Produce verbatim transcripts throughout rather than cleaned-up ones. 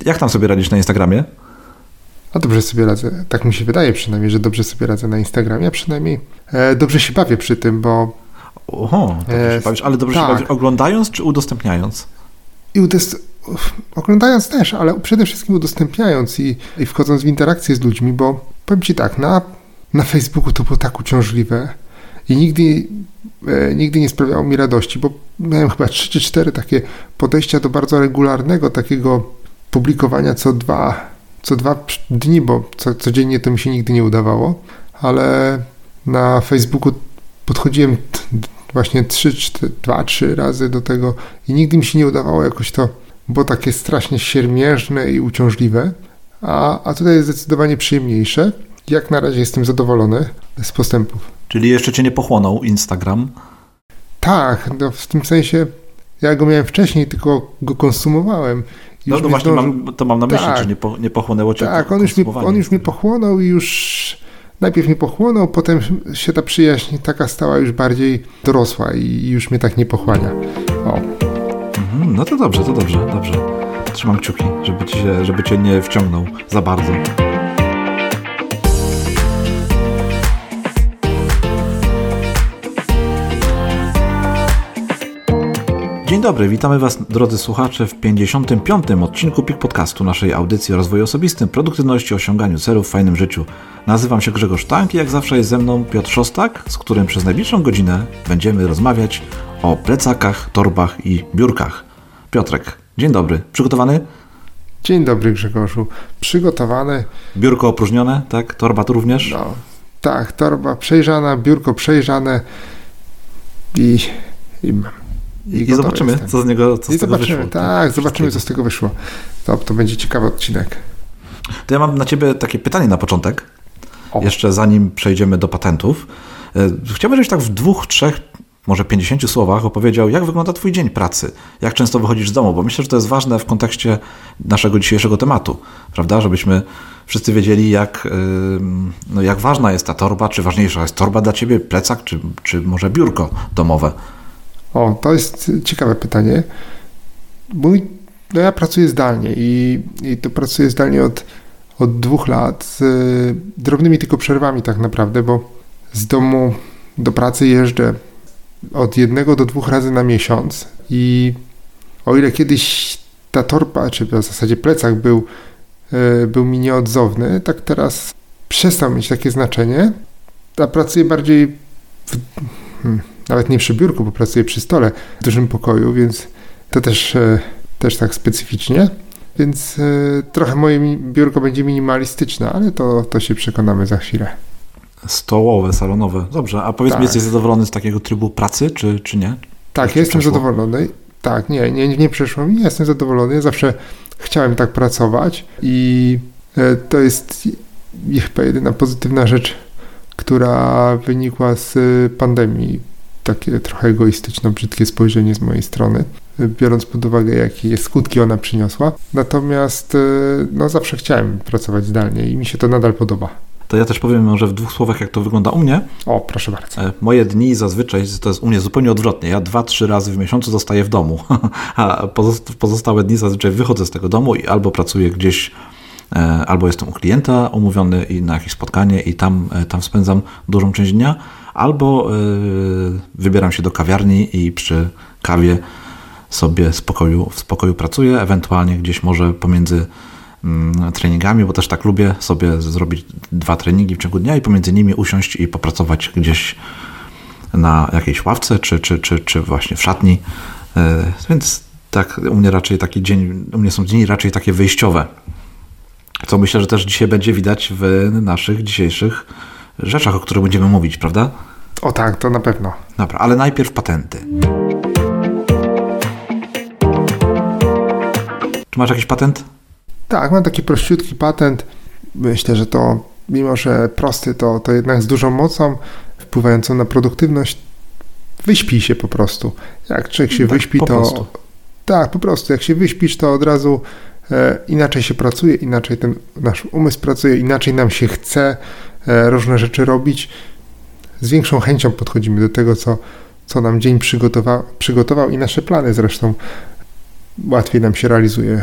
Jak tam sobie radzisz na Instagramie? A dobrze sobie radzę. Tak mi się wydaje przynajmniej, że dobrze sobie radzę na Instagramie, a przynajmniej e, dobrze się bawię przy tym, bo... Oho, dobrze się bawisz, ale dobrze tak. się bawisz oglądając czy udostępniając? I udes- oglądając też, ale przede wszystkim udostępniając i, i wchodząc w interakcję z ludźmi, bo powiem Ci tak, na, na Facebooku to było tak uciążliwe i nigdy, e, nigdy nie sprawiało mi radości, bo miałem chyba trzy czy cztery takie podejścia do bardzo regularnego takiego publikowania co dwa, co dwa dni, bo co, codziennie to mi się nigdy nie udawało, ale na Facebooku podchodziłem t- właśnie trzy, cztery, dwa, trzy razy do tego i nigdy mi się nie udawało jakoś to, bo takie strasznie siermiężne i uciążliwe, a, a tutaj jest zdecydowanie przyjemniejsze. Jak na razie jestem zadowolony z postępów. Czyli jeszcze Cię nie pochłonął Instagram? Tak, no w tym sensie ja go miałem wcześniej, tylko go konsumowałem. No, no właśnie zdążył... mam, to mam na myśli, tak, czy nie, po, nie pochłonęło Cię Tak, on już, mi, on już mnie pochłonął i już najpierw mnie pochłonął, potem się ta przyjaźń taka stała już bardziej dorosła i już mnie tak nie pochłania. O. Mhm, no to dobrze, to dobrze, dobrze. Trzymam kciuki, żeby, ci się, żeby Cię nie wciągnął za bardzo. Dzień dobry, witamy Was, drodzy słuchacze, w pięćdziesiątym piątym odcinku P I K Podcastu, naszej audycji o rozwoju osobistym, produktywności, osiąganiu celów w fajnym życiu. Nazywam się Grzegorz Tank i jak zawsze jest ze mną Piotr Szostak, z którym przez najbliższą godzinę będziemy rozmawiać o plecakach, torbach i biurkach. Piotrek, dzień dobry. Przygotowany? Dzień dobry, Grzegorzu. Przygotowany. Biurko opróżnione, tak? Torba tu również? No, tak, torba przejrzana, biurko przejrzane i... i I, I zobaczymy, jestem. co z niego co I z tego zobaczymy, wyszło. tak, zobaczymy, co z tego wyszło. To, to będzie ciekawy odcinek. To ja mam na Ciebie takie pytanie na początek. O. Jeszcze zanim przejdziemy do patentów. Chciałbym, żebyś tak w dwóch, trzech, może pięćdziesięciu słowach opowiedział, jak wygląda Twój dzień pracy. Jak często wychodzisz z domu, bo myślę, że to jest ważne w kontekście naszego dzisiejszego tematu, prawda? Żebyśmy wszyscy wiedzieli, jak, no jak ważna jest ta torba, czy ważniejsza jest torba dla Ciebie, plecak, czy, czy może biurko domowe. O, to jest ciekawe pytanie. Mój, no ja pracuję zdalnie i, i to pracuję zdalnie od, od dwóch lat z y, drobnymi tylko przerwami tak naprawdę, bo z domu do pracy jeżdżę od jednego do dwóch razy na miesiąc i o ile kiedyś ta torba, czy w zasadzie plecak był, y, był mi nieodzowny, tak teraz przestał mieć takie znaczenie. A pracuję bardziej w, hmm, nawet nie przy biurku, bo pracuję przy stole w dużym pokoju, więc to też, e, też tak specyficznie. Więc e, trochę moje mi- biurko będzie minimalistyczne, ale to, to się przekonamy za chwilę. Stołowe, salonowe. Dobrze, a powiedz Tak. mi, jesteś zadowolony z takiego trybu pracy, czy, czy nie? Tak, Jak ja jestem przeszło? zadowolony. Tak, nie, nie, nie przeszło mi. Ja jestem zadowolony. Ja zawsze chciałem tak pracować i e, to jest chyba jedyna pozytywna rzecz, która wynikła z pandemii. Takie trochę egoistyczne, brzydkie spojrzenie z mojej strony, biorąc pod uwagę, jakie skutki ona przyniosła. Natomiast no, zawsze chciałem pracować zdalnie i mi się to nadal podoba. To ja też powiem może w dwóch słowach, jak to wygląda u mnie. O, proszę bardzo. Moje dni zazwyczaj, to jest u mnie zupełnie odwrotnie. Ja dwa, trzy razy w miesiącu zostaję w domu, a pozostałe dni zazwyczaj wychodzę z tego domu i albo pracuję gdzieś, albo jestem u klienta umówiony i na jakieś spotkanie i tam, tam spędzam dużą część dnia, albo yy, wybieram się do kawiarni i przy kawie sobie spokoju, w spokoju pracuję, ewentualnie gdzieś może pomiędzy mm, treningami, bo też tak lubię sobie zrobić dwa treningi w ciągu dnia i pomiędzy nimi usiąść i popracować gdzieś na jakiejś ławce, czy, czy, czy, czy właśnie w szatni. Yy, więc tak u mnie raczej taki dzień, u mnie są dni raczej takie wyjściowe, co myślę, że też dzisiaj będzie widać w naszych dzisiejszych rzeczach, o których będziemy mówić, prawda? O tak, to na pewno. Dobra, ale najpierw patenty. Czy masz jakiś patent? Tak, mam taki prościutki patent. Myślę, że to, mimo że prosty, to, to jednak z dużą mocą wpływającą na produktywność. Wyśpij się po prostu. Jak człowiek się tak, wyśpi, po to... prostu. Tak, po prostu. Jak się wyśpisz, to od razu e, inaczej się pracuje, inaczej ten nasz umysł pracuje, inaczej nam się chce e, różne rzeczy robić. Z większą chęcią podchodzimy do tego, co, co nam dzień przygotowa- przygotował i nasze plany zresztą łatwiej nam się realizuje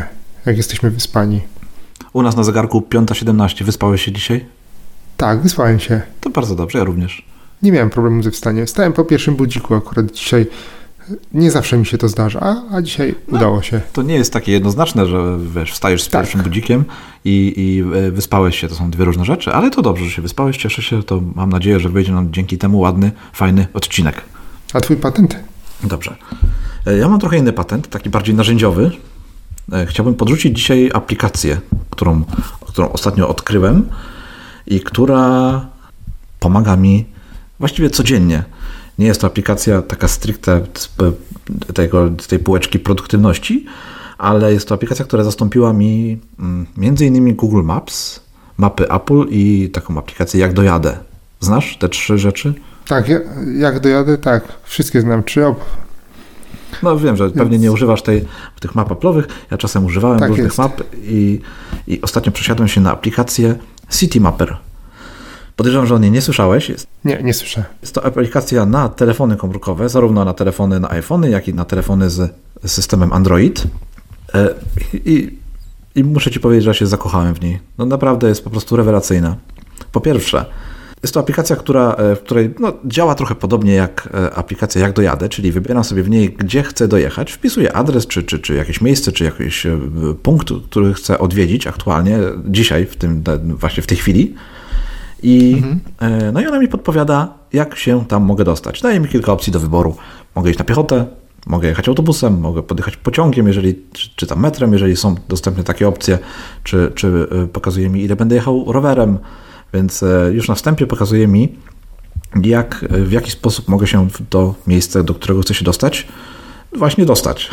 jak jesteśmy wyspani. U nas na zegarku piąta siedemnaście. Wyspałeś się dzisiaj? Tak, wyspałem się. To bardzo dobrze, ja również. Nie miałem problemu ze wstaniem. Wstałem po pierwszym budziku akurat dzisiaj. Nie zawsze mi się to zdarza, a, a dzisiaj no, udało się. To nie jest takie jednoznaczne, że wiesz, wstajesz z tak. pierwszym budzikiem i, i wyspałeś się. To są dwie różne rzeczy, ale to dobrze, że się wyspałeś, cieszę się. To mam nadzieję, że wyjdzie nam dzięki temu ładny, fajny odcinek. A twój patent? Dobrze. Ja mam trochę inny patent, taki bardziej narzędziowy. Chciałbym podrzucić dzisiaj aplikację, którą, którą ostatnio odkryłem i która pomaga mi właściwie codziennie. Nie jest to aplikacja taka stricte tego, tej półeczki produktywności, ale jest to aplikacja, która zastąpiła mi między innymi Google Maps, mapy Apple i taką aplikację Jak dojadę. Znasz te trzy rzeczy? Tak, Jak dojadę, tak. Wszystkie znam. Trzy op... No wiem, że pewnie nie używasz tej, tych map Apple'owych. Ja czasem używałem tak różnych jest. map i, i ostatnio przesiadłem się na aplikację Citymapper. Podejrzewam, że o niej nie słyszałeś. Jest, nie, nie słyszę. Jest to aplikacja na telefony komórkowe, zarówno na telefony na iPhony, jak i na telefony z systemem Android. I, i muszę ci powiedzieć, że się zakochałem w niej. No naprawdę jest po prostu rewelacyjna. Po pierwsze, jest to aplikacja, która, w której no, działa trochę podobnie jak aplikacja Jak dojadę, czyli wybieram sobie w niej, gdzie chcę dojechać, wpisuję adres, czy, czy, czy jakieś miejsce, czy jakiś punkt, który chcę odwiedzić aktualnie, dzisiaj, w tym, właśnie w tej chwili. I, mhm. No i ona mi podpowiada, jak się tam mogę dostać. Daje mi kilka opcji do wyboru. Mogę iść na piechotę, mogę jechać autobusem, mogę podjechać pociągiem, jeżeli, czy, czy tam metrem, jeżeli są dostępne takie opcje, czy, czy pokazuje mi, ile będę jechał rowerem. Więc już na wstępie pokazuje mi, jak, w jaki sposób mogę się do miejsca, do którego chcę się dostać, właśnie dostać.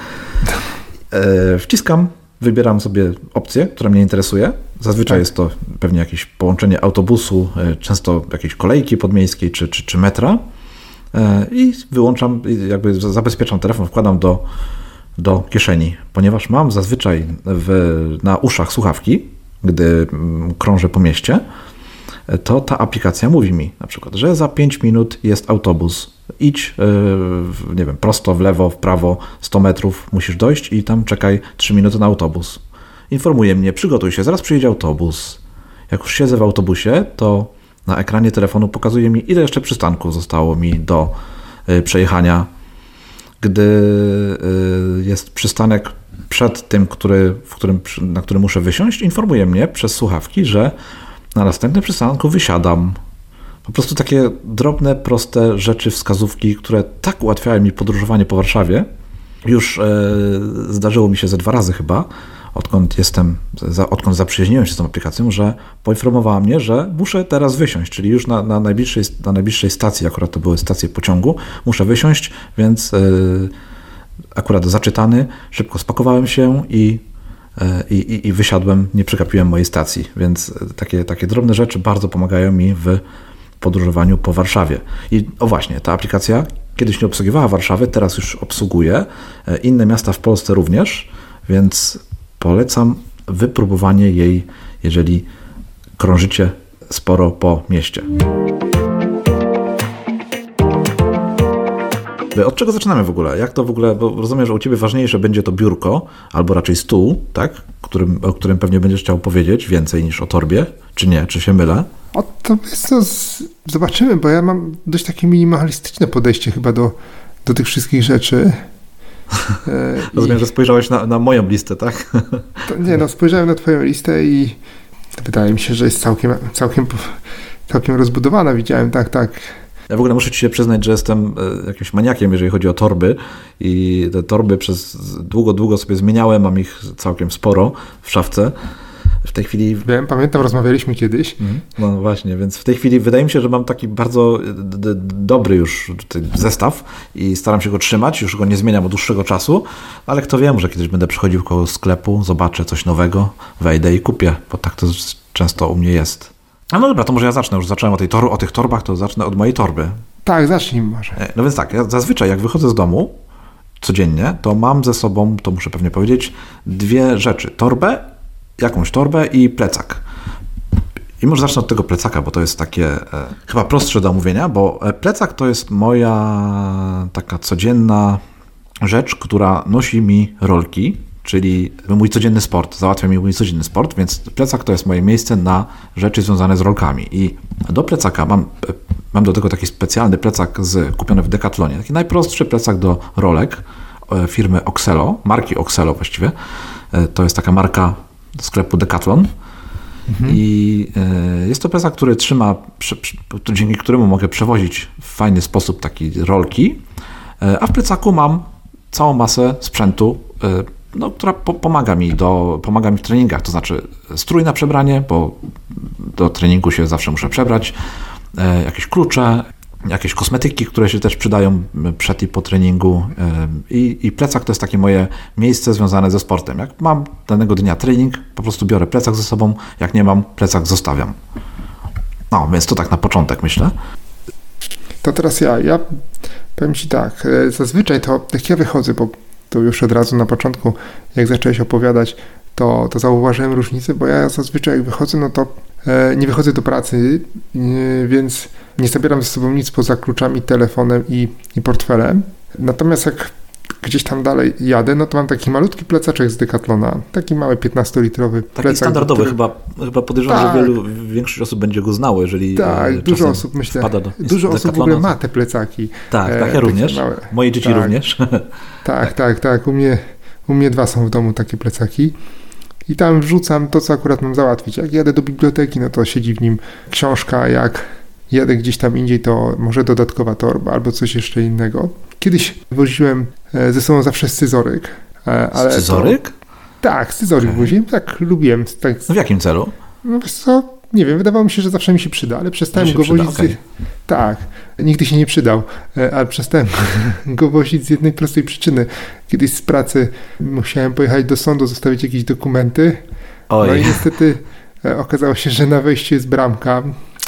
Wciskam, wybieram sobie opcję, która mnie interesuje. Zazwyczaj tak. jest to pewnie jakieś połączenie autobusu, często jakiejś kolejki podmiejskiej czy, czy, czy metra i wyłączam, jakby zabezpieczam telefon, wkładam do, do kieszeni, ponieważ mam zazwyczaj w, na uszach słuchawki, gdy krążę po mieście, to ta aplikacja mówi mi na przykład, że za pięć minut jest autobus. Idź, nie wiem, prosto, w lewo, w prawo, sto metrów musisz dojść i tam czekaj trzy minuty na autobus. Informuje mnie, przygotuj się, zaraz przyjedzie autobus. Jak już siedzę w autobusie, to na ekranie telefonu pokazuje mi, ile jeszcze przystanków zostało mi do przejechania. Gdy jest przystanek przed tym, który, w którym, na którym muszę wysiąść, informuje mnie przez słuchawki, że na następnym przystanku wysiadam. Po prostu takie drobne, proste rzeczy, wskazówki, które tak ułatwiają mi podróżowanie po Warszawie. Już e, zdarzyło mi się ze dwa razy chyba, odkąd jestem, za, odkąd zaprzyjaźniłem się z tą aplikacją, że poinformowała mnie, że muszę teraz wysiąść, czyli już na, na, najbliższej, na najbliższej stacji, akurat to były stacje pociągu, muszę wysiąść, więc e, akurat zaczytany, szybko spakowałem się i I, i, i wysiadłem, nie przegapiłem mojej stacji, więc takie, takie drobne rzeczy bardzo pomagają mi w podróżowaniu po Warszawie. I o właśnie, ta aplikacja kiedyś nie obsługiwała Warszawy, teraz już obsługuje inne miasta w Polsce również, więc polecam wypróbowanie jej, jeżeli krążycie sporo po mieście. Od czego zaczynamy w ogóle? Jak to w ogóle, bo rozumiem, że u Ciebie ważniejsze będzie to biurko, albo raczej stół, tak? Którym, o którym pewnie będziesz chciał powiedzieć więcej niż o torbie, czy nie? Czy się mylę? O, to jest to, zobaczymy, bo ja mam dość takie minimalistyczne podejście chyba do, do tych wszystkich rzeczy. Rozumiem, I... że spojrzałeś na, na moją listę, tak? To, nie, no spojrzałem na Twoją listę i wydaje mi się, że jest całkiem, całkiem, całkiem rozbudowana. Widziałem, tak, tak. Ja w ogóle muszę Ci się przyznać, że jestem jakimś maniakiem, jeżeli chodzi o torby i te torby przez długo, długo sobie zmieniałem, mam ich całkiem sporo w szafce. W tej chwili... Wiem, pamiętam, rozmawialiśmy kiedyś. No właśnie, więc w tej chwili wydaje mi się, że mam taki bardzo d- dobry już zestaw i staram się go trzymać, już go nie zmieniam od dłuższego czasu, ale kto wie, może kiedyś będę przychodził koło sklepu, zobaczę coś nowego, wejdę i kupię, bo tak to często u mnie jest. A no dobra, to może ja zacznę, już zacząłem o, tej tor- o tych torbach, to zacznę od mojej torby. Tak, zacznij może. No więc tak, ja zazwyczaj jak wychodzę z domu codziennie, to mam ze sobą, to muszę pewnie powiedzieć, dwie rzeczy. Torbę, jakąś torbę i plecak. I może zacznę od tego plecaka, bo to jest takie e, chyba prostsze do omówienia, bo plecak to jest moja taka codzienna rzecz, która nosi mi rolki, czyli mój codzienny sport, załatwia mi mój codzienny sport, więc plecak to jest moje miejsce na rzeczy związane z rolkami. I do plecaka mam, mam do tego taki specjalny plecak z, kupiony w Decathlonie, taki najprostszy plecak do rolek firmy Oxelo, marki Oxelo właściwie. To jest taka marka sklepu Decathlon. Mhm. I jest to plecak, który trzyma, dzięki któremu mogę przewozić w fajny sposób takie rolki, a w plecaku mam całą masę sprzętu, no, która po, pomaga mi do, pomaga mi w treningach, to znaczy strój na przebranie, bo do treningu się zawsze muszę przebrać, jakieś klucze, jakieś kosmetyki, które się też przydają przed i po treningu. I, I plecak to jest takie moje miejsce związane ze sportem. Jak mam danego dnia trening, po prostu biorę plecak ze sobą, jak nie mam, plecak zostawiam. No, więc to tak na początek myślę. To teraz ja. Ja powiem Ci tak, zazwyczaj to jak ja wychodzę, bo to już od razu na początku, jak zacząłeś opowiadać, to, to zauważyłem różnicę, bo ja zazwyczaj jak wychodzę, no to e, nie wychodzę do pracy, e, więc nie zabieram ze sobą nic poza kluczami, telefonem i, i portfelem. Natomiast jak gdzieś tam dalej jadę, no to mam taki malutki plecaczek z Decathlona, taki mały piętnastolitrowy taki plecak. Standardowy, który... chyba, chyba podejrzewam, tak. że wielu, większość osób będzie go znało, jeżeli tak, dużo osób myślę, do dużo osób w ogóle ma te plecaki. Tak, tak, ja również, małe. Moje dzieci tak. również. Tak, tak, tak, u mnie, u mnie dwa są w domu takie plecaki. I tam wrzucam to, co akurat mam załatwić. Jak jadę do biblioteki, no to siedzi w nim książka, jak jadę gdzieś tam indziej, to może dodatkowa torba albo coś jeszcze innego. Kiedyś woziłem ze sobą zawsze scyzoryk. Ale scyzoryk? To, tak, scyzoryk okay. woziłem, tak lubiłem. Tak, w jakim celu? No wiesz co, nie wiem, wydawało mi się, że zawsze mi się przyda, ale przestałem go przyda, wozić. Okay. Z... Tak, nigdy się nie przydał, ale przestałem go wozić z jednej prostej przyczyny. Kiedyś z pracy musiałem pojechać do sądu, zostawić jakieś dokumenty. Oj. No i niestety okazało się, że na wejściu jest bramka.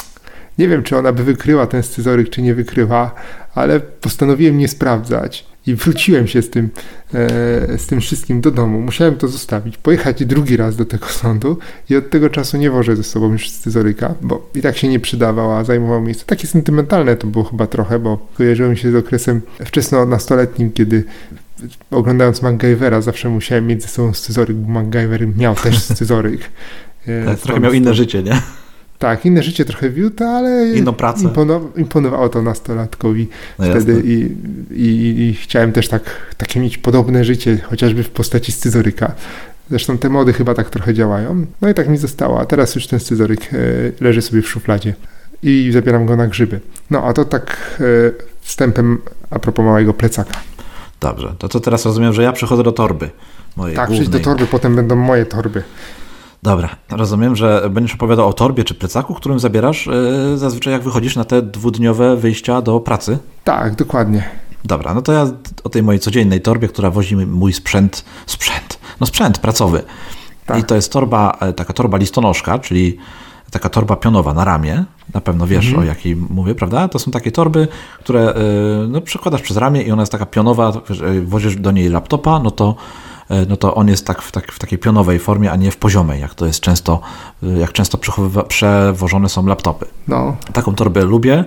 Nie wiem, czy ona by wykryła ten scyzoryk, czy nie wykryła, ale postanowiłem nie sprawdzać i wróciłem się z tym, e, z tym wszystkim do domu. Musiałem to zostawić, pojechać drugi raz do tego sądu i od tego czasu nie wożę ze sobą już scyzoryka, bo i tak się nie przydawał, a zajmował miejsce. Takie sentymentalne to było chyba trochę, bo kojarzyło mi się z okresem wczesno-nastoletnim, kiedy oglądając MacGyvera zawsze musiałem mieć ze sobą scyzoryk, bo MacGyver miał też scyzoryk. E, tak, trochę miał inne życie, nie? Tak, inne życie trochę wiódł, ale inną pracę. Imponowało, imponowało to nastolatkowi no wtedy i, i, i chciałem też tak, takie mieć podobne życie, chociażby w postaci scyzoryka. Zresztą te mody chyba tak trochę działają. No i tak mi zostało, a teraz już ten scyzoryk e, leży sobie w szufladzie i zabieram go na grzyby. No a to tak e, wstępem a propos małego plecaka. Dobrze, to co teraz rozumiem, że ja przechodzę do torby mojej Tak, głównej. przyjdź do torby, potem będą moje torby. Dobra, rozumiem, że będziesz opowiadał o torbie czy plecaku, którym zabierasz yy, zazwyczaj jak wychodzisz na te dwudniowe wyjścia do pracy? Tak, dokładnie. Dobra, no to ja o tej mojej codziennej torbie, która wozi mój sprzęt, sprzęt, no sprzęt pracowy. Tak. I to jest torba, taka torba listonoszka, czyli taka torba pionowa na ramię. Na pewno wiesz, mhm. o jakiej mówię, prawda? To są takie torby, które yy, no, przekładasz przez ramię i ona jest taka pionowa, wozisz do niej laptopa, no to no to on jest tak w, tak w takiej pionowej formie, a nie w poziomej, jak to jest często, jak często przewożone są laptopy. No. Taką torbę lubię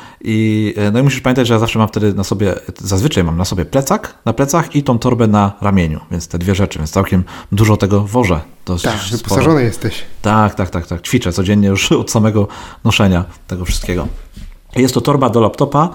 i, no i musisz pamiętać, że ja zawsze mam wtedy na sobie, zazwyczaj mam na sobie plecak na plecach i tą torbę na ramieniu, więc te dwie rzeczy, więc całkiem dużo tego wożę. Tak, wyposażony jesteś. Tak, tak, tak, tak. Ćwiczę codziennie już od samego noszenia tego wszystkiego. Jest to torba do laptopa.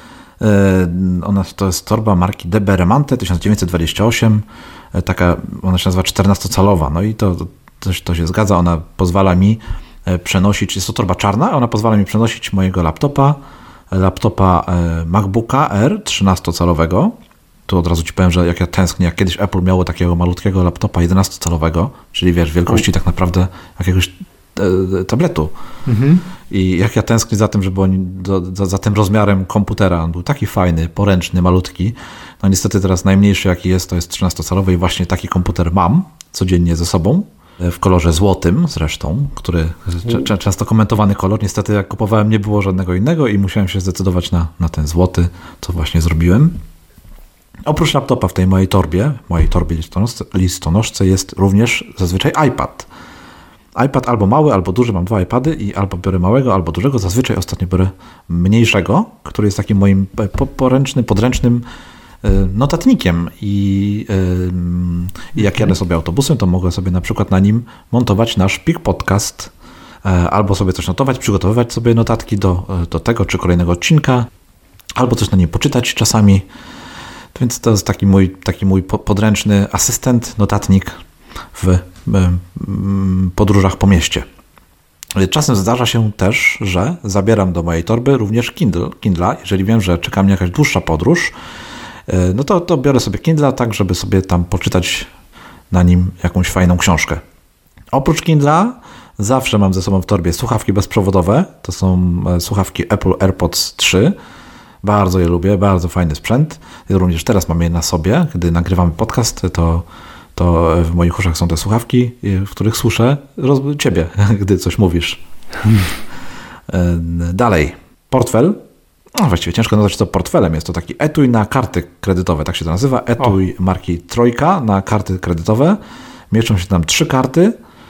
Ona to jest torba marki De Beremante tysiąc dziewięćset dwadzieścia osiem, taka, ona się nazywa czternastocalowa, no i to, to, to się zgadza, ona pozwala mi przenosić, jest to torba czarna, ona pozwala mi przenosić mojego laptopa, laptopa MacBooka Air trzynastocalowego, tu od razu Ci powiem, że jak ja tęsknię, jak kiedyś Apple miało takiego malutkiego laptopa jedenastocalowego, czyli wiesz, wielkości tak naprawdę jakiegoś tabletu. Mhm. I jak ja tęsknię za tym, żeby oni do, za, za tym rozmiarem komputera, on był taki fajny, poręczny, malutki. No niestety teraz najmniejszy jaki jest, to jest trzynastocalowy i właśnie taki komputer mam codziennie ze sobą, w kolorze złotym zresztą, który c- często komentowany kolor. Niestety jak kupowałem, nie było żadnego innego i musiałem się zdecydować na, na ten złoty, co właśnie zrobiłem. Oprócz laptopa w tej mojej torbie, mojej torbie listonoszce, listonoszce jest również zazwyczaj iPad. iPad albo mały, albo duży, mam dwa iPady i albo biorę małego, albo dużego. Zazwyczaj ostatnio biorę mniejszego, który jest takim moim poręcznym, podręcznym notatnikiem i, i jak jadę sobie autobusem, to mogę sobie na przykład na nim montować nasz Pik Podcast albo sobie coś notować, przygotowywać sobie notatki do, do tego czy kolejnego odcinka, albo coś na nim poczytać czasami. Więc to jest taki mój, taki mój podręczny asystent, notatnik w podróżach po mieście. Czasem zdarza się też, że zabieram do mojej torby również Kindle, Kindla. Jeżeli wiem, że czeka mnie jakaś dłuższa podróż, no to, to biorę sobie Kindla tak, żeby sobie tam poczytać na nim jakąś fajną książkę. Oprócz Kindla zawsze mam ze sobą w torbie słuchawki bezprzewodowe. To są słuchawki Apple AirPods trzy. Bardzo je lubię, bardzo fajny sprzęt. Również teraz mam je na sobie. Gdy nagrywamy podcast, to, to w moich uszach są te słuchawki, w których słyszę ciebie, gdy coś mówisz. Dalej, portfel. No właściwie ciężko nazwać to portfelem. Jest to taki etui na karty kredytowe, tak się to nazywa. Etui o. marki Trojka na karty kredytowe. Mieszczą się tam trzy karty.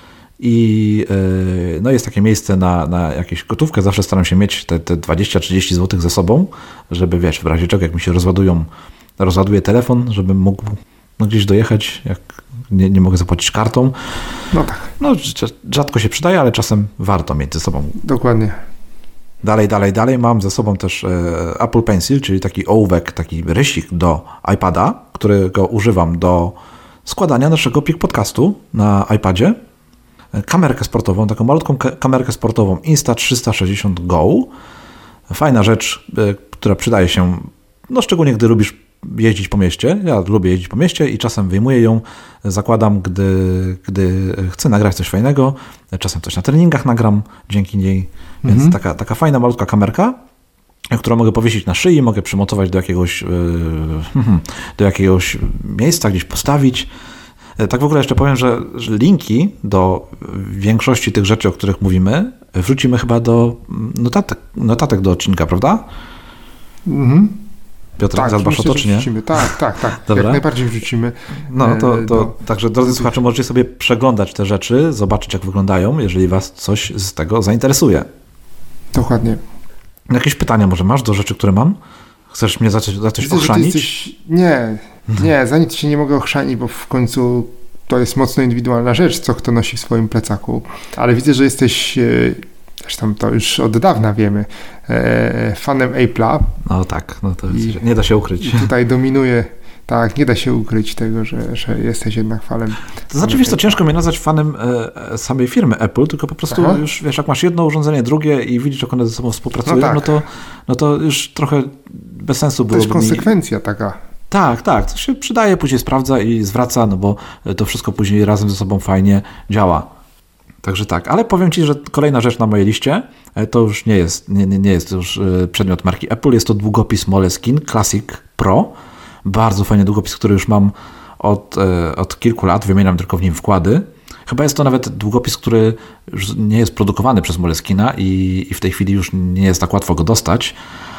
I no jest takie miejsce na, na jakąś gotówkę. Zawsze staram się mieć te, te dwadzieścia trzydzieści złotych ze sobą, żeby wiesz, w razie czego jak mi się rozładują, rozładuje telefon, żebym mógł no, gdzieś dojechać, jak nie, nie mogę zapłacić kartą. No tak. No rzadko się przydaje, ale czasem warto mieć ze sobą. Dokładnie. Dalej, dalej, dalej mam ze sobą też e, Apple Pencil, czyli taki ołówek, taki rysik do iPada, którego używam do składania naszego Pik Podcastu na iPadzie. Kamerkę sportową, taką malutką kamerkę sportową Insta trzysta sześćdziesiąt Go. Fajna rzecz, która przydaje się, no szczególnie gdy lubisz jeździć po mieście. Ja lubię jeździć po mieście i czasem wyjmuję ją, zakładam, gdy, gdy chcę nagrać coś fajnego. Czasem coś na treningach nagram dzięki niej. Więc mhm. taka, taka fajna, malutka kamerka, którą mogę powiesić na szyi, mogę przymontować do jakiegoś, do jakiegoś miejsca, gdzieś postawić. Tak w ogóle jeszcze powiem, że linki do większości tych rzeczy, o których mówimy, wrzucimy chyba do notatek, notatek do odcinka, prawda? Mhm. Piotr, tak, zadbasz o to, czy nie? Wrzucimy. Tak, tak, tak. Dobra. Jak najbardziej wrzucimy. No to, to do... także drodzy słuchacze, możecie sobie przeglądać te rzeczy, zobaczyć jak wyglądają, jeżeli was coś z tego zainteresuje. Dokładnie. Jakieś pytania może masz do rzeczy, które mam? Chcesz mnie za coś, za coś Widzę, ochrzanić? Jesteś... Nie, nie, za nic się nie mogę ochrzanić, bo w końcu to jest mocno indywidualna rzecz, co kto nosi w swoim plecaku. Ale widzę, że jesteś, zresztą to już od dawna wiemy, fanem Apple'a. No tak, no to jest, nie da się ukryć. I tutaj dominuje, tak, nie da się ukryć tego, że, że jesteś jednak fanem. To znaczy, wiesz co, ciężko mnie nazwać fanem e, samej firmy Apple, tylko po prostu Aha. już, wiesz, jak masz jedno urządzenie, drugie i widzisz, jak one ze sobą współpracują, no, tak. no, to, no to już trochę bez sensu byłoby. To jest konsekwencja mi... taka. Tak, tak, to się przydaje, później sprawdza i zwraca, no bo to wszystko później razem ze sobą fajnie działa. Także tak, ale powiem Ci, że kolejna rzecz na mojej liście, to już nie jest, nie, nie jest już przedmiot marki Apple, jest to długopis Moleskine Classic Pro. Bardzo fajny długopis, który już mam od, od kilku lat, wymieniam tylko w nim wkłady. Chyba jest to nawet długopis, który już nie jest produkowany przez Moleskina i, i w tej chwili już nie jest tak łatwo go dostać.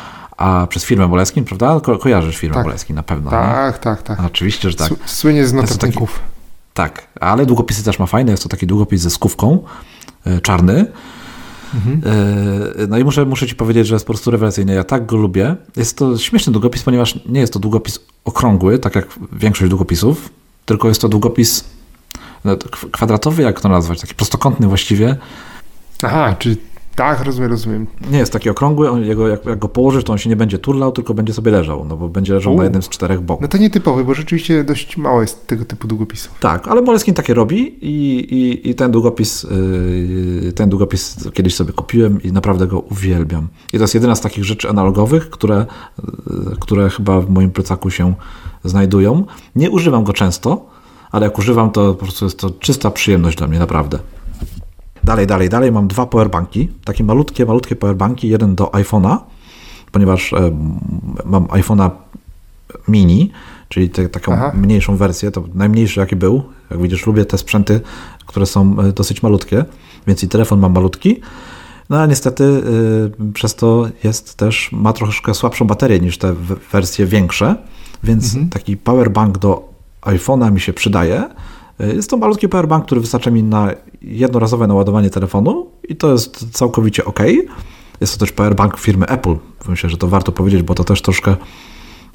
A przez firmę Moleskine, prawda? Ko- kojarzysz firmę tak. Moleskine na pewno. Tak, nie? tak, tak. A, oczywiście, że tak. S- słynie z notatników. Tak, ale długopisy też ma fajne. Jest to taki długopis ze skówką, y, czarny. Mhm. Y, no i muszę, muszę Ci powiedzieć, że jest po prostu rewelacyjny. Ja tak go lubię. Jest to śmieszny długopis, ponieważ nie jest to długopis okrągły, tak jak większość długopisów, tylko jest to długopis no, kwadratowy, jak to nazwać, taki prostokątny właściwie. Aha, czy tak, rozumiem, rozumiem. Nie jest taki okrągły, on, jego, jak, jak go położysz, to on się nie będzie turlał, tylko będzie sobie leżał, no bo będzie leżał U. na jednym z czterech boków. No to nietypowy, bo rzeczywiście dość mało jest tego typu długopisów. Tak, ale Moleskine takie robi i, i, i ten długopis yy, ten długopis kiedyś sobie kupiłem i naprawdę go uwielbiam. I to jest jedyna z takich rzeczy analogowych, które, yy, które chyba w moim plecaku się znajdują. Nie używam go często, ale jak używam, to po prostu jest to czysta przyjemność dla mnie, naprawdę. Dalej, dalej, dalej mam dwa powerbanki, takie malutkie, malutkie powerbanki, jeden do iPhone'a, ponieważ e, mam iPhone'a mini, czyli te, taką Aha. mniejszą wersję, to najmniejszy jaki był, jak widzisz, lubię te sprzęty, które są e, dosyć malutkie, więc i telefon mam malutki, no a niestety e, przez to jest też, ma troszkę słabszą baterię niż te w, wersje większe, więc mhm. taki powerbank do iPhone'a mi się przydaje. Jest to malutki powerbank, który wystarcza mi na jednorazowe naładowanie telefonu i to jest całkowicie ok. Jest to też powerbank firmy Apple. Myślę, że to warto powiedzieć, bo to też troszkę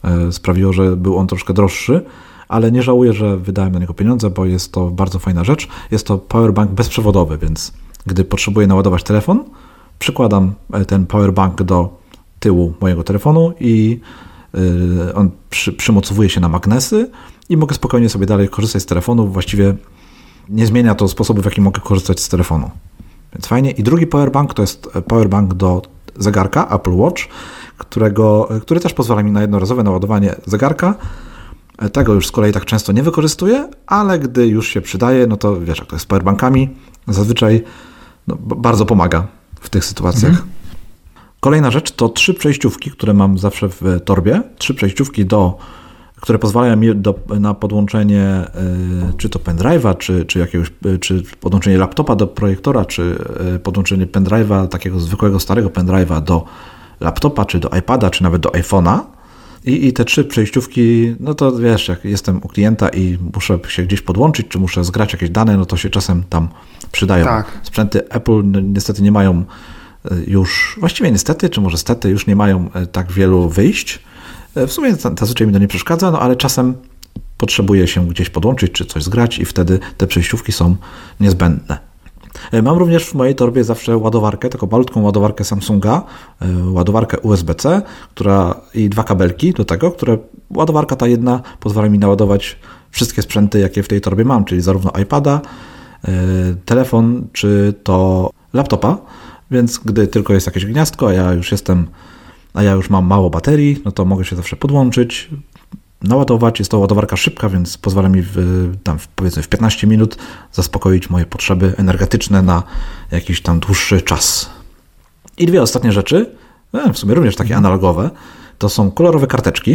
sprawiło, że był on troszkę droższy, ale nie żałuję, że wydałem na niego pieniądze, bo jest to bardzo fajna rzecz. Jest to powerbank bezprzewodowy, więc gdy potrzebuję naładować telefon, przykładam ten powerbank do tyłu mojego telefonu i on przy, przymocowuje się na magnesy i mogę spokojnie sobie dalej korzystać z telefonu. Właściwie nie zmienia to sposobu, w jaki mogę korzystać z telefonu. Więc fajnie. I drugi powerbank to jest powerbank do zegarka Apple Watch, którego, który też pozwala mi na jednorazowe naładowanie zegarka. Tego już z kolei tak często nie wykorzystuję, ale gdy już się przydaje, no to wiesz, jak to jest z powerbankami, zazwyczaj no, bardzo pomaga w tych sytuacjach. Mhm. Kolejna rzecz to trzy przejściówki, które mam zawsze w torbie. Trzy przejściówki, do, które pozwalają mi do, na podłączenie y, czy to pendrive'a, czy, czy jakiegoś, czy podłączenie laptopa do projektora, czy y, podłączenie pendrive'a, takiego zwykłego starego pendrive'a do laptopa, czy do iPada, czy nawet do iPhone'a. I, I te trzy przejściówki, no to wiesz, jak jestem u klienta i muszę się gdzieś podłączyć, czy muszę zgrać jakieś dane, no to się czasem tam przydają. Tak. Sprzęty Apple no, niestety nie mają już, właściwie niestety, czy może stety, już nie mają tak wielu wyjść. W sumie zazwyczaj mi to nie przeszkadza, no ale czasem potrzebuję się gdzieś podłączyć, czy coś zgrać i wtedy te przejściówki są niezbędne. Mam również w mojej torbie zawsze ładowarkę, taką malutką ładowarkę Samsunga, ładowarkę U S B C, która i dwa kabelki do tego, które ładowarka ta jedna pozwala mi naładować wszystkie sprzęty, jakie w tej torbie mam, czyli zarówno iPada, telefon, czy to laptopa, więc gdy tylko jest jakieś gniazdko, a ja już jestem, a ja już mam mało baterii, no to mogę się zawsze podłączyć, naładować. Jest to ładowarka szybka, więc pozwala mi w, tam powiedzmy w piętnaście minut zaspokoić moje potrzeby energetyczne na jakiś tam dłuższy czas. I dwie ostatnie rzeczy, w sumie również takie analogowe, to są kolorowe karteczki,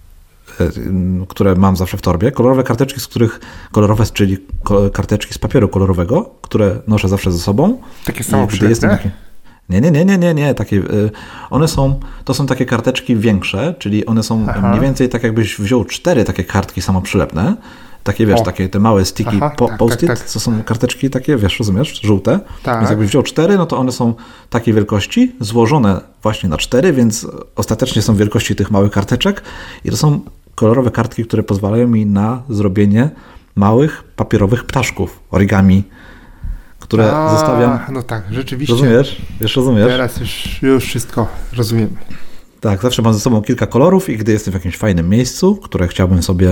które mam zawsze w torbie. Kolorowe karteczki, z których kolorowe, czyli karteczki z papieru kolorowego, które noszę zawsze ze sobą. Takie samoprzylepne? Nie, nie, nie, nie, nie, nie. Takie, one są, to są takie karteczki większe, czyli one są Aha. mniej więcej tak jakbyś wziął cztery takie kartki samoprzylepne, takie wiesz, o. takie te małe sticky Aha, po, tak, post-it, tak, tak. to są karteczki takie, wiesz, rozumiesz, żółte. Tak. Więc jakbyś wziął cztery, no to one są takiej wielkości, złożone właśnie na cztery, więc ostatecznie są wielkości tych małych karteczek i to są kolorowe kartki, które pozwalają mi na zrobienie małych papierowych ptaszków, origami, które A, zostawiam. No tak, rzeczywiście. Rozumiesz? Wiesz, rozumiesz? Teraz już, już wszystko rozumiem. Tak, zawsze mam ze sobą kilka kolorów i gdy jestem w jakimś fajnym miejscu, które chciałbym sobie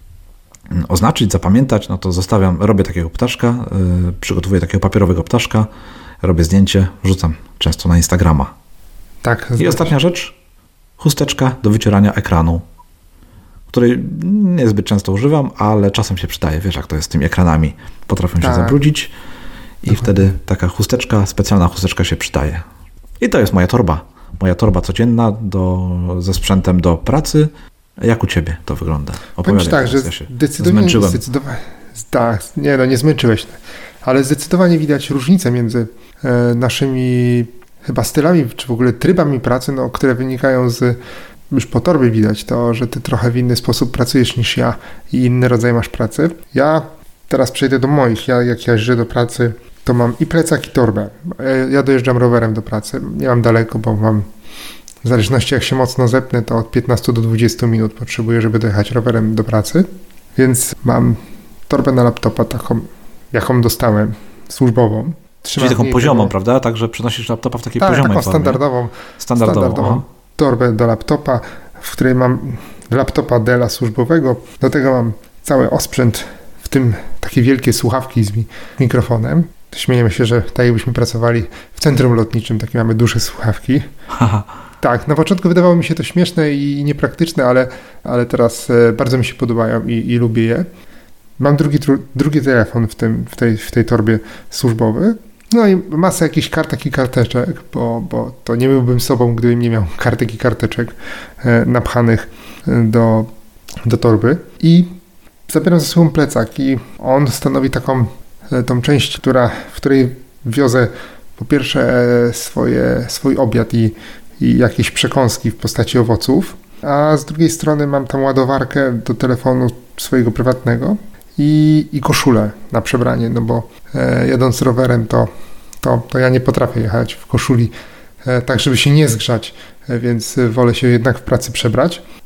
oznaczyć, zapamiętać, no to zostawiam, robię takiego ptaszka, yy, przygotowuję takiego papierowego ptaszka, robię zdjęcie, wrzucam często na Instagrama. Tak. I ostatnia rzecz, chusteczka do wycierania ekranu, której niezbyt często używam, ale czasem się przydaje. Wiesz, jak to jest z tymi ekranami. Potrafią tak. się zabrudzić i Dokładnie. Wtedy taka chusteczka, specjalna chusteczka się przydaje. I to jest moja torba. Moja torba codzienna do, ze sprzętem do pracy. Jak u Ciebie to wygląda? Opowiadaj. Powiem tak, że ja się zdecydowanie, zdecydowanie tak, nie, no nie zmęczyłeś, ale zdecydowanie widać różnicę między e, naszymi chyba stylami, czy w ogóle trybami pracy, no, które wynikają z, już po torbie widać to, że Ty trochę w inny sposób pracujesz niż ja i inny rodzaj masz pracy. Ja teraz przejdę do moich. Ja jak ja jeżdżę do pracy, to mam i plecak, i torbę. Ja dojeżdżam rowerem do pracy. Nie mam daleko, bo mam, w zależności jak się mocno zepnę, to od piętnastu do dwudziestu minut potrzebuję, żeby dojechać rowerem do pracy. Więc mam torbę na laptopa taką, jaką dostałem, służbową. Trzymam Czyli taką poziomą, tego... prawda? Także przenosisz laptopa w takiej tak, poziomej taką formie. standardową, standardową, standardową torbę do laptopa, w której mam laptopa Della służbowego. Do tego mam cały osprzęt, w tym takie wielkie słuchawki z mi- mikrofonem. Śmiejemy się, że tak jakbyśmy pracowali w centrum lotniczym, takie mamy duże słuchawki. Tak, na początku wydawało mi się to śmieszne i niepraktyczne, ale, ale teraz bardzo mi się podobają i, i lubię je. Mam drugi, drugi telefon w, tym, w, tej, w tej torbie służbowy. No i masę jakichś kartek i karteczek, bo, bo to nie byłbym sobą, gdybym nie miał kartek i karteczek e, napchanych do, do torby. I zabieram ze sobą plecak i on stanowi taką e, tą część, która, w której wiozę po pierwsze e, swoje, swój obiad i, i jakieś przekąski w postaci owoców, a z drugiej strony mam tam ładowarkę do telefonu swojego prywatnego i, i koszulę na przebranie, no bo e, jadąc rowerem to, to, to ja nie potrafię jechać w koszuli e, tak, żeby się nie zgrzać, e, więc wolę się jednak w pracy przebrać.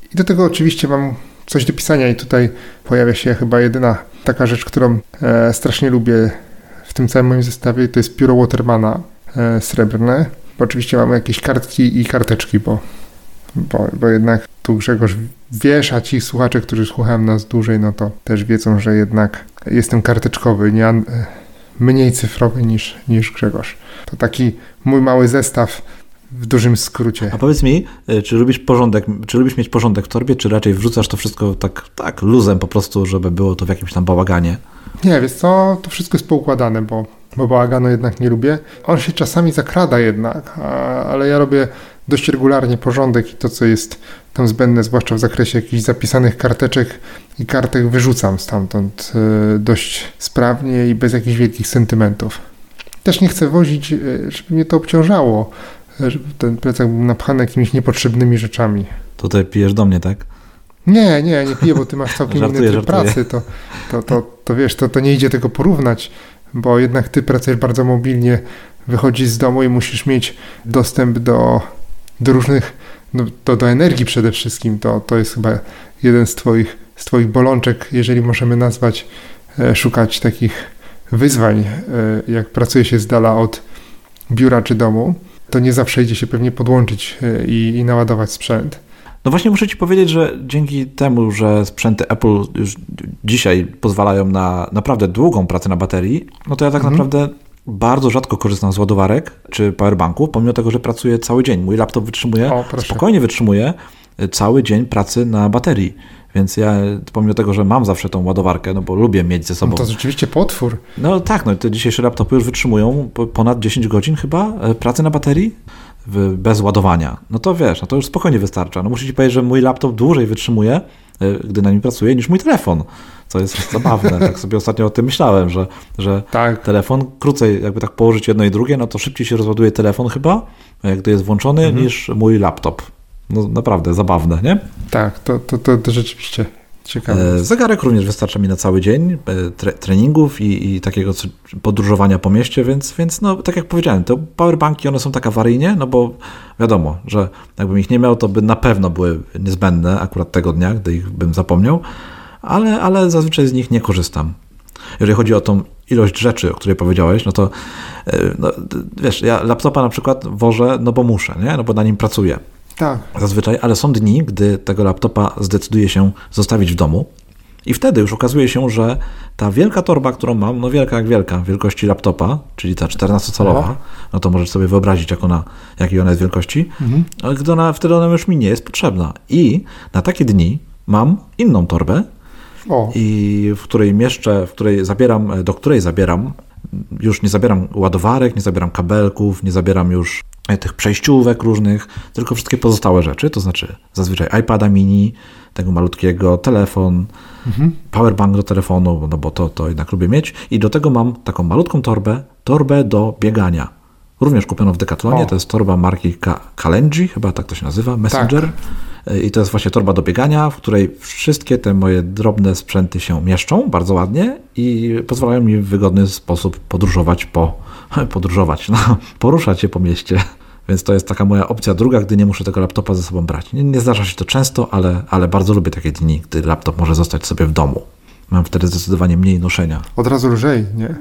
I do tego oczywiście mam coś do pisania i tutaj pojawia się chyba jedyna taka rzecz, którą e, strasznie lubię w tym całym moim zestawie, to jest pióro Watermana e, srebrne. Bo oczywiście mamy jakieś kartki i karteczki, bo, bo, bo jednak tu Grzegorz wiesz, a ci słuchacze, którzy słuchają nas dłużej, no to też wiedzą, że jednak jestem karteczkowy, nie, e, mniej cyfrowy niż, niż Grzegorz. To taki mój mały zestaw w dużym skrócie. A powiedz mi, czy lubisz porządek, czy lubisz mieć porządek w torbie, czy raczej wrzucasz to wszystko tak, tak luzem po prostu, żeby było to w jakimś tam bałaganie? Nie, wiesz co, to wszystko jest poukładane, bo, bo bałaganu jednak nie lubię. On się czasami zakrada jednak, a, ale ja robię dość regularnie porządek i to, co jest tam zbędne, zwłaszcza w zakresie jakichś zapisanych karteczek i kartek, wyrzucam stamtąd y, dość sprawnie i bez jakichś wielkich sentymentów. Też nie chcę wozić, y, żeby mnie to obciążało, żeby ten plecak był napchany jakimiś niepotrzebnymi rzeczami. Tutaj pijesz do mnie, tak? Nie, nie, nie piję, bo ty masz całkiem żartuję, inny tryb żartuję. pracy, to, to, to, to wiesz, to, to nie idzie tego porównać, bo jednak ty pracujesz bardzo mobilnie, wychodzisz z domu i musisz mieć dostęp do, do różnych, no, do, do energii przede wszystkim, to, to jest chyba jeden z twoich, z twoich bolączek, jeżeli możemy nazwać, e, szukać takich wyzwań, e, jak pracuje się z dala od biura czy domu, to nie zawsze idzie się pewnie podłączyć e, i, i naładować sprzęt. No właśnie muszę ci powiedzieć, że dzięki temu, że sprzęty Apple już dzisiaj pozwalają na naprawdę długą pracę na baterii, no to ja tak mhm. naprawdę bardzo rzadko korzystam z ładowarek czy powerbanków, pomimo tego, że pracuję cały dzień. Mój laptop wytrzymuje, O, spokojnie wytrzymuje cały dzień pracy na baterii. Więc ja, pomimo tego, że mam zawsze tą ładowarkę, no bo lubię mieć ze sobą. No to rzeczywiście potwór. No tak, no te dzisiejsze laptopy już wytrzymują ponad dziesięć godzin chyba pracy na baterii w, bez ładowania. No to wiesz, no to już spokojnie wystarcza. No muszę ci powiedzieć, że mój laptop dłużej wytrzymuje, gdy na nim pracuję, niż mój telefon, co jest zabawne. Tak sobie ostatnio o tym myślałem, że, że tak. telefon krócej, jakby tak położyć jedno i drugie, no to szybciej się rozładuje telefon chyba, gdy jest włączony, mhm. niż mój laptop. No naprawdę zabawne, nie? Tak, to, to, to, to rzeczywiście ciekawe. E, zegarek również wystarcza mi na cały dzień e, tre, treningów i, i takiego podróżowania po mieście, więc, więc no tak jak powiedziałem, te powerbanki one są tak awaryjnie, no bo wiadomo, że jakbym ich nie miał, to by na pewno były niezbędne akurat tego dnia, gdy ich bym zapomniał, ale, ale zazwyczaj z nich nie korzystam. Jeżeli chodzi o tą ilość rzeczy, o której powiedziałeś, no to no, wiesz, ja laptopa na przykład wożę, no bo muszę, nie? No bo na nim pracuję. Tak. Zazwyczaj, ale są dni, gdy tego laptopa zdecyduję się zostawić w domu i wtedy już okazuje się, że ta wielka torba, którą mam, no wielka jak wielka, wielkości laptopa, czyli ta czternastocalowa, Aha. no to możesz sobie wyobrazić, jak ona, jakiej ona jest wielkości, mhm. ale gdy ona, wtedy ona już mi nie jest potrzebna. I na takie dni mam inną torbę, o. i w której mieszczę, w której zabieram, do której zabieram, już nie zabieram ładowarek, nie zabieram kabelków, nie zabieram już tych przejściówek różnych, tylko wszystkie pozostałe rzeczy, to znaczy zazwyczaj iPada mini, tego malutkiego, telefon, mhm. powerbank do telefonu, no bo to, to jednak lubię mieć i do tego mam taką malutką torbę, torbę do biegania. Również kupiono w Decathlonie, o. to jest torba marki Kalenji, chyba tak to się nazywa, Messenger. Tak. I to jest właśnie torba do biegania, w której wszystkie te moje drobne sprzęty się mieszczą bardzo ładnie i pozwalają mi w wygodny sposób podróżować po, podróżować, no, poruszać się po mieście. Więc to jest taka moja opcja druga, gdy nie muszę tego laptopa ze sobą brać. Nie, nie zdarza się to często, ale, ale bardzo lubię takie dni, gdy laptop może zostać sobie w domu. Mam wtedy zdecydowanie mniej noszenia. Od razu lżej, nie?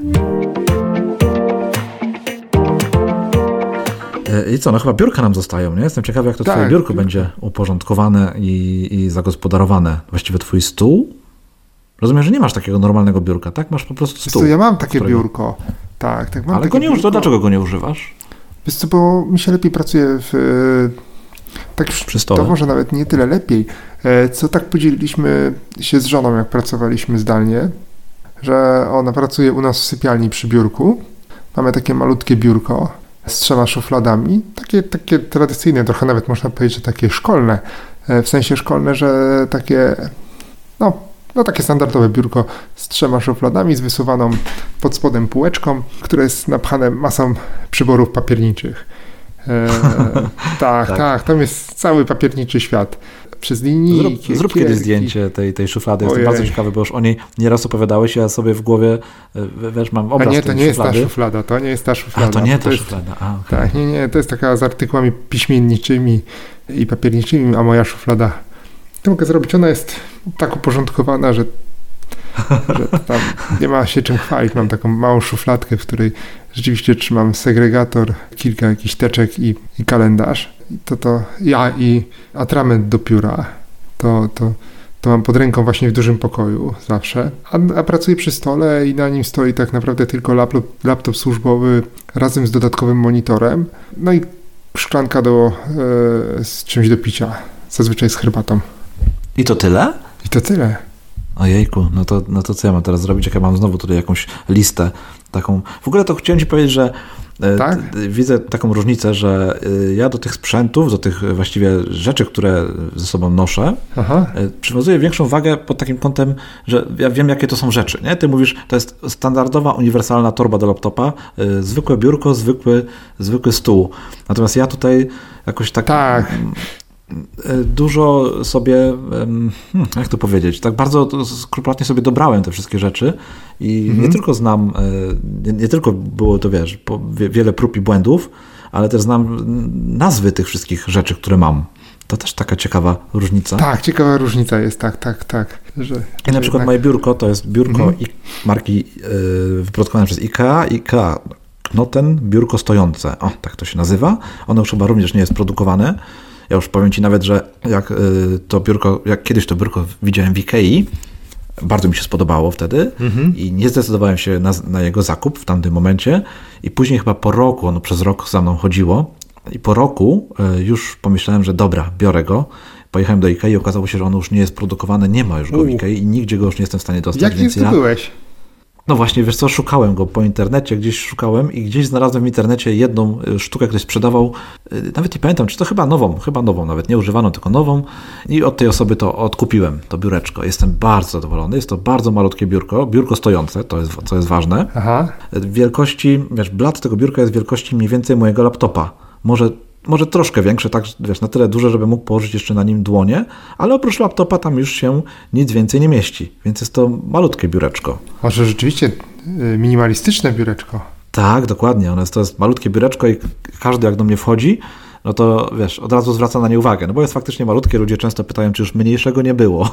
I co, no chyba biurka nam zostają, nie? Jestem ciekawy, jak to tak, twoje biurko biurka. będzie uporządkowane i, i zagospodarowane. Właściwie twój stół? Rozumiem, że nie masz takiego normalnego biurka, tak? Masz po prostu stół. Wiesz co, ja mam takie którego... biurko. Tak, tak mam Ale takie go nie biurko. To dlaczego go nie używasz? Wiesz co, bo mi się lepiej pracuje w... Tak przy stole. To może nawet nie tyle lepiej, co tak podzieliliśmy się z żoną, jak pracowaliśmy zdalnie, że ona pracuje u nas w sypialni przy biurku. Mamy takie malutkie biurko z trzema szufladami, takie, takie tradycyjne, trochę nawet można powiedzieć, że takie szkolne, w sensie szkolne, że takie, no, no takie standardowe biurko z trzema szufladami, z wysuwaną pod spodem półeczką, które jest napchane masą przyborów papierniczych. E, tak, tak, tak, tam jest cały papierniczy świat. Przez linijki, Zrób, zrób kiedyś zdjęcie tej, tej szuflady. Jestem bardzo ciekawy, bo już o niej nieraz opowiadałeś, ja sobie w głowie, wiesz, mam obraz A nie, tej to nie szuflady. jest ta szuflada, to nie jest ta szuflada. A to nie to ta jest, szuflada. A, okay. Tak, nie, nie, to jest taka z artykułami piśmienniczymi i papierniczymi, a moja szuflada To mogę zrobić. Ona jest tak uporządkowana, że, że tam nie ma się czym chwalić. Mam taką małą szufladkę, w której rzeczywiście trzymam segregator, kilka jakichś teczek i, i kalendarz. I to to ja i atrament do pióra. To, to, to mam pod ręką właśnie w dużym pokoju zawsze. A, a pracuję przy stole i na nim stoi tak naprawdę tylko laptop, laptop służbowy razem z dodatkowym monitorem. No i szklanka do, e, z czymś do picia. Zazwyczaj z herbatą. I to tyle? I to tyle. Ojejku, no to, no to co ja mam teraz zrobić, jak ja mam znowu tutaj jakąś listę taką. W ogóle to chciałem ci powiedzieć, że tak? widzę taką różnicę, że ja do tych sprzętów, do tych właściwie rzeczy, które ze sobą noszę, Aha. przywiązuję większą wagę pod takim kątem, że ja wiem, jakie to są rzeczy. Nie? Ty mówisz, to jest standardowa, uniwersalna torba do laptopa, zwykłe biurko, zwykły, zwykły stół. Natomiast ja tutaj jakoś tak... tak. dużo sobie, jak to powiedzieć, tak bardzo skrupulatnie sobie dobrałem te wszystkie rzeczy i mhm. nie tylko znam, nie, nie tylko było to, wiesz, wiele prób i błędów, ale też znam nazwy tych wszystkich rzeczy, które mam. To też taka ciekawa różnica. Tak, ciekawa różnica jest, tak, tak, tak. Że, I na przykład jednak... moje biurko to jest biurko mhm. marki yy, wyprodukowane przez IKEA, IKEA Knoten, biurko stojące. O, tak to się nazywa. Ono już chyba również nie jest produkowane. Ja już powiem ci nawet, że jak to biurko, jak kiedyś to biurko widziałem w Ikei, bardzo mi się spodobało wtedy mhm. i nie zdecydowałem się na, na jego zakup w tamtym momencie i później chyba po roku, ono przez rok za mną chodziło i po roku już pomyślałem, że dobra, biorę go. Pojechałem do Ikei i okazało się, że ono już nie jest produkowane, nie ma już go w Ikei i nigdzie go już nie jestem w stanie dostać. Jak więc nie zdobyłeś? Ja... No właśnie, wiesz co, szukałem go po internecie, gdzieś szukałem i gdzieś znalazłem w internecie jedną sztukę, ktoś sprzedawał, nawet nie pamiętam, czy to chyba nową, chyba nową, nawet nie używaną, tylko nową i od tej osoby to odkupiłem, to biureczko. Jestem bardzo zadowolony, jest to bardzo malutkie biurko, biurko stojące, to jest, co jest ważne. Aha. Wielkości, wiesz, blat tego biurka jest wielkości mniej więcej mojego laptopa. Może Może troszkę większe, tak, wiesz, na tyle duże, żeby mógł położyć jeszcze na nim dłonie, ale oprócz laptopa tam już się nic więcej nie mieści, więc jest to malutkie biureczko. Może rzeczywiście minimalistyczne biureczko. Tak, dokładnie. Ono jest, to jest malutkie biureczko i każdy jak do mnie wchodzi, no to wiesz, od razu zwraca na nie uwagę, no bo jest faktycznie malutkie, ludzie często pytają, czy już mniejszego nie było,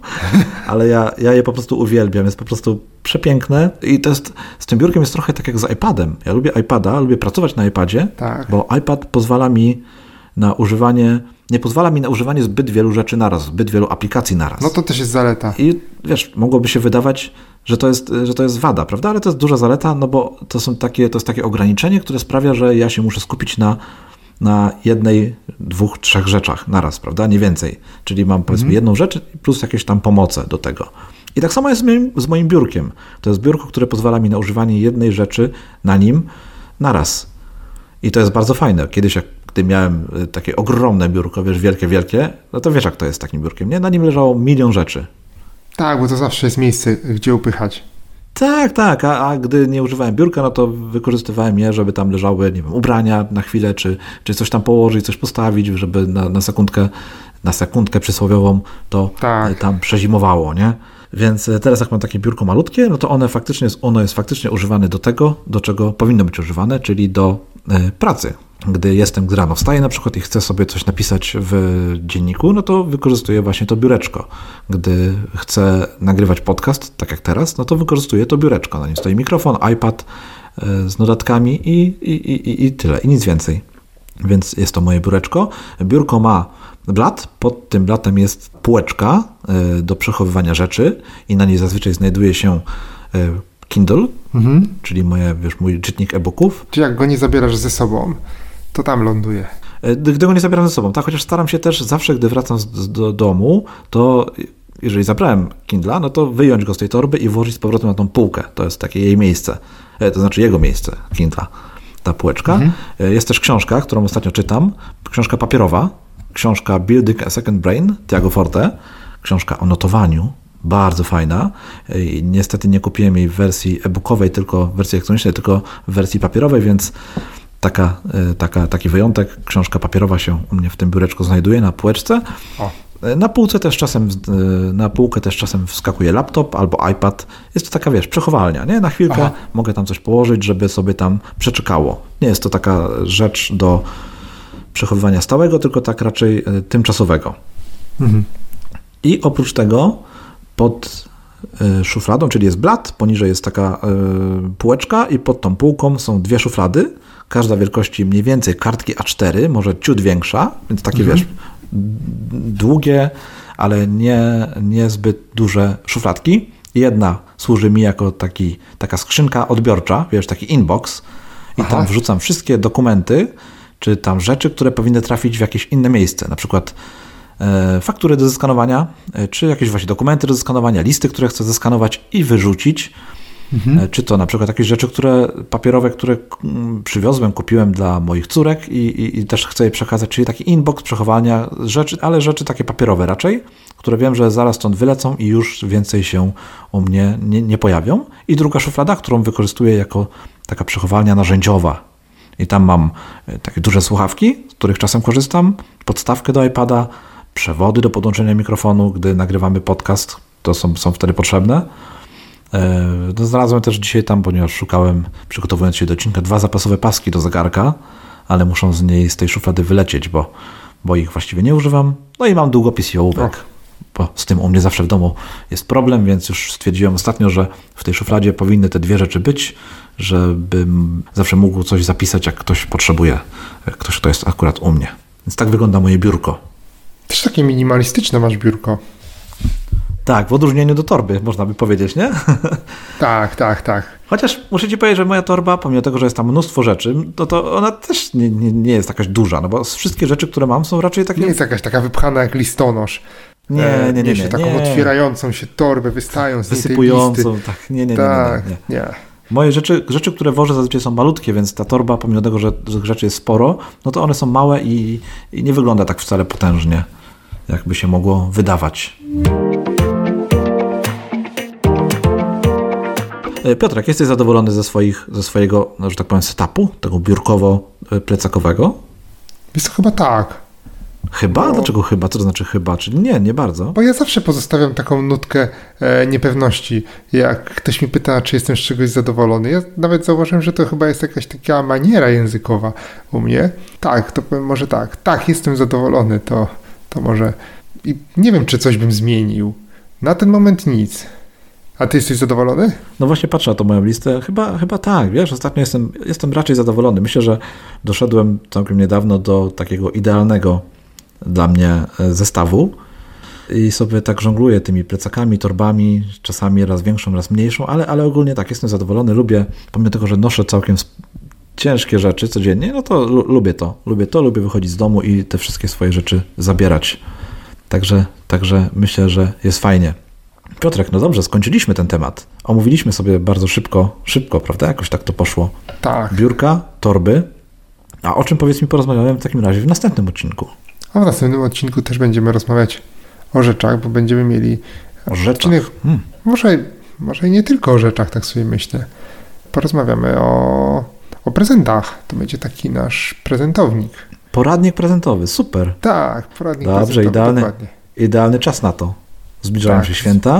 ale ja, ja je po prostu uwielbiam, jest po prostu przepiękne i to jest, z tym biurkiem jest trochę tak jak z iPadem. Ja lubię iPada, lubię pracować na iPadzie, tak. bo iPad pozwala mi na używanie, nie pozwala mi na używanie zbyt wielu rzeczy naraz, zbyt wielu aplikacji naraz. No to też jest zaleta. I wiesz, mogłoby się wydawać, że to jest, że to jest wada, prawda? Ale to jest duża zaleta, no bo to są takie, to jest takie ograniczenie, które sprawia, że ja się muszę skupić na na jednej, dwóch, trzech rzeczach naraz, prawda? Nie więcej. Czyli mam powiedzmy mhm. jedną rzecz plus jakieś tam pomoce do tego. I tak samo jest z moim, z moim biurkiem. To jest biurko, które pozwala mi na używanie jednej rzeczy na nim naraz. I to jest bardzo fajne. Kiedyś jak gdy miałem takie ogromne biurko, wiesz, wielkie, wielkie, no to wiesz jak to jest z takim biurkiem, nie? Na nim leżało milion rzeczy. Tak, bo to zawsze jest miejsce, gdzie upychać. Tak, tak, a, a gdy nie używałem biurka, no to wykorzystywałem je, żeby tam leżały, nie wiem, ubrania na chwilę, czy, czy coś tam położyć, coś postawić, żeby na, na sekundkę, na sekundkę przysłowiową to tak. tam przezimowało, nie? Więc teraz jak mam takie biurko malutkie, no to one faktycznie jest, ono jest faktycznie używane do tego, do czego powinno być używane, czyli do y, pracy. Gdy jestem, gdy rano wstaję na przykład i chcę sobie coś napisać w dzienniku, no to wykorzystuję właśnie to biureczko. Gdy chcę nagrywać podcast, tak jak teraz, no to wykorzystuję to biureczko. Na nim stoi mikrofon, iPad y, z notatkami i, i, i, i tyle, i nic więcej. Więc jest to moje biureczko. Biurko ma blat, pod tym blatem jest półeczka y, do przechowywania rzeczy i na niej zazwyczaj znajduje się y, Kindle, mhm. czyli moje, wiesz, mój czytnik e-booków. Czy jak go nie zabierasz ze sobą, to tam ląduje. Gdy go nie zabieram ze sobą, tak, chociaż staram się też zawsze, gdy wracam z, do domu, to jeżeli zabrałem Kindla, no to wyjąć go z tej torby i włożyć z powrotem na tą półkę. To jest takie jej miejsce, to znaczy jego miejsce, Kindla, ta półeczka. Mhm. Jest też książka, którą ostatnio czytam, książka papierowa, książka Building a Second Brain, Tiago Forte, książka o notowaniu, bardzo fajna. I niestety nie kupiłem jej w wersji e-bookowej, tylko w wersji elektronicznej, tylko w wersji papierowej, więc taka, taka, taki wyjątek. Książka papierowa się u mnie w tym biureczku znajduje na półeczce. O. Na półce też czasem, na półkę też czasem wskakuje laptop albo iPad. Jest to taka, wiesz, przechowalnia, nie? Na chwilkę Aha. mogę tam coś położyć, żeby sobie tam przeczekało. Nie jest to taka rzecz do przechowywania stałego, tylko tak raczej tymczasowego. Mhm. I oprócz tego pod szufladą, czyli jest blat, poniżej jest taka półeczka i pod tą półką są dwie szuflady, każda wielkości mniej więcej kartki A cztery, może ciut większa, więc takie mhm. wiesz, długie, ale nie, nie zbyt duże szufladki. Jedna służy mi jako taki, taka skrzynka odbiorcza, wiesz, taki inbox i Aha. tam wrzucam wszystkie dokumenty, czy tam rzeczy, które powinny trafić w jakieś inne miejsce, na przykład e, faktury do zeskanowania, e, czy jakieś właśnie dokumenty do zeskanowania, listy, które chcę zeskanować i wyrzucić, mhm. e, czy to na przykład jakieś rzeczy, które papierowe, które m, przywiozłem, kupiłem dla moich córek i, i, i też chcę je przekazać, czyli taki inbox przechowania rzeczy, ale rzeczy takie papierowe raczej, które wiem, że zaraz stąd wylecą i już więcej się u mnie nie, nie pojawią. I druga szuflada, którą wykorzystuję jako taka przechowalnia narzędziowa. I tam mam takie duże słuchawki, z których czasem korzystam, podstawkę do iPada, przewody do podłączenia mikrofonu, gdy nagrywamy podcast, to są, są wtedy potrzebne. No, znalazłem też dzisiaj tam, ponieważ szukałem, przygotowując się do odcinka, dwa zapasowe paski do zegarka, ale muszą z niej, z tej szuflady wylecieć, bo, bo ich właściwie nie używam. No i mam długopis i ołówek. Bo z tym u mnie zawsze w domu jest problem, więc już stwierdziłem ostatnio, że w tej szufladzie powinny te dwie rzeczy być, żebym zawsze mógł coś zapisać, jak ktoś potrzebuje, jak ktoś, kto jest akurat u mnie. Więc tak wygląda moje biurko. Też takie minimalistyczne masz biurko. Tak, w odróżnieniu do torby, można by powiedzieć, nie? Tak, tak, tak. Chociaż muszę ci powiedzieć, że moja torba, pomimo tego, że jest tam mnóstwo rzeczy, to, to ona też nie, nie, nie jest jakaś duża, no bo wszystkie rzeczy, które mam, są raczej takie... Nie jest jakaś taka wypchana jak listonosz. Nie, nie, nie. Niesie nie, taką nie. otwierającą się torbę, wystając wysypującą, tak. Nie, nie, nie, tak, nie, nie, nie. nie. Moje rzeczy, rzeczy, które wożę zazwyczaj są malutkie, więc ta torba, pomimo tego, że rzeczy jest sporo, no to one są małe i, i nie wygląda tak wcale potężnie, jakby się mogło wydawać. Piotrek, jesteś zadowolony ze, swoich, ze swojego, no, że tak powiem, setupu, tego biurkowo-plecakowego? Jest to chyba tak. Chyba? No. Dlaczego chyba? Co to znaczy chyba? Czyli nie, nie bardzo. Bo ja zawsze pozostawiam taką nutkę e, niepewności. Jak ktoś mi pyta, czy jestem z czegoś zadowolony. Ja nawet zauważyłem, że to chyba jest jakaś taka maniera językowa u mnie. Tak, to powiem może tak. Tak, jestem zadowolony, to, to może... I nie wiem, czy coś bym zmienił. Na ten moment nic. A ty jesteś zadowolony? No właśnie patrzę na tą moją listę. Chyba, chyba tak, wiesz, ostatnio jestem, jestem raczej zadowolony. Myślę, że doszedłem całkiem niedawno do takiego idealnego dla mnie zestawu i sobie tak żongluję tymi plecakami, torbami, czasami raz większą, raz mniejszą, ale, ale ogólnie tak, jestem zadowolony, lubię, pomimo tego, że noszę całkiem ciężkie rzeczy codziennie, no to l- lubię to, lubię to, lubię wychodzić z domu i te wszystkie swoje rzeczy zabierać. Także, także myślę, że jest fajnie. Piotrek, no dobrze, skończyliśmy ten temat. Omówiliśmy sobie bardzo szybko, szybko, prawda? Jakoś tak to poszło. Tak. Biurka, torby. A o czym, powiedz mi, porozmawiamy w takim razie w następnym odcinku? A w następnym odcinku też będziemy rozmawiać o rzeczach, bo będziemy mieli... O rzeczach? Odcinek, hmm. może, może i nie tylko o rzeczach, tak sobie myślę. Porozmawiamy o, o prezentach. To będzie taki nasz prezentownik. Poradnik prezentowy, super. Tak, poradnik Dobrze, prezentowy, idealny, dokładnie. idealny czas na to. Zbliżają tak. się święta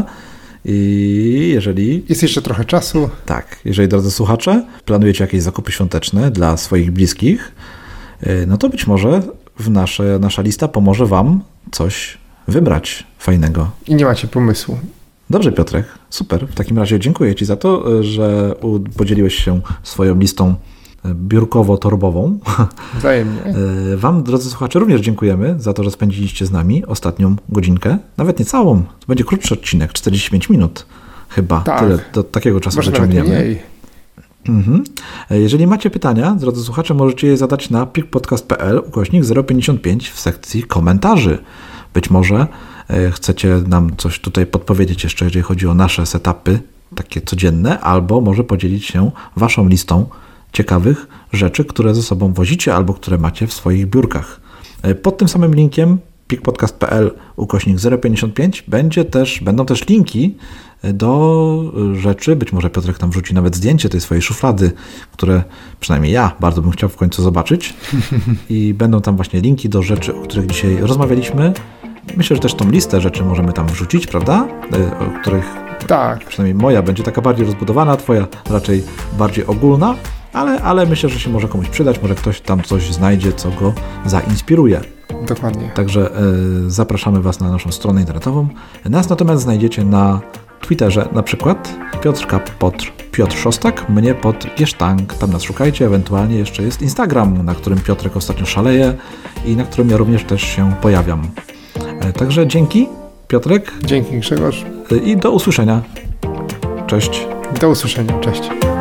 i jeżeli... Jest jeszcze trochę czasu. Tak, jeżeli, drodzy słuchacze, planujecie jakieś zakupy świąteczne dla swoich bliskich, no to być może w nasze, nasza lista pomoże wam coś wybrać fajnego. I nie macie pomysłu. Dobrze, Piotrek, super. W takim razie dziękuję ci za to, że podzieliłeś się swoją listą biurkowo-torbową. Wzajemnie. Wam, drodzy słuchacze, również dziękujemy za to, że spędziliście z nami ostatnią godzinkę. Nawet nie całą. To będzie krótszy odcinek, czterdzieści pięć minut chyba. Tak. Tyle, do takiego czasu może wyciągniemy. Nawet mniej. Mhm. Jeżeli macie pytania, drodzy słuchacze, możecie je zadać na pikpodcast.pl ukośnik zero pięćdziesiąt pięć w sekcji komentarzy. Być może chcecie nam coś tutaj podpowiedzieć jeszcze, jeżeli chodzi o nasze setupy takie codzienne, albo może podzielić się waszą listą ciekawych rzeczy, które ze sobą wozicie albo które macie w swoich biurkach. Pod tym samym linkiem pikpodcast.pl ukośnik zero pięćdziesiąt pięć będzie też, będą też linki do rzeczy, być może Piotrek tam wrzuci nawet zdjęcie tej swojej szuflady, które przynajmniej ja bardzo bym chciał w końcu zobaczyć i będą tam właśnie linki do rzeczy, o których dzisiaj rozmawialiśmy. Myślę, że też tą listę rzeczy możemy tam wrzucić, prawda? O których tak. Przynajmniej moja będzie taka bardziej rozbudowana, twoja raczej bardziej ogólna. ale, ale myślę, że się może komuś przydać, może ktoś tam coś znajdzie, co go zainspiruje. Dokładnie. Także y, zapraszamy Was na naszą stronę internetową. Nas natomiast znajdziecie na Twitterze, na przykład Piotrka pod Piotr Szostak, mnie pod Giesztank, tam nas szukajcie, ewentualnie jeszcze jest Instagram, na którym Piotrek ostatnio szaleje i na którym ja również też się pojawiam. Y, także dzięki, Piotrek. Dzięki, Grzegorz. Y, I do usłyszenia. Cześć. Do usłyszenia, cześć.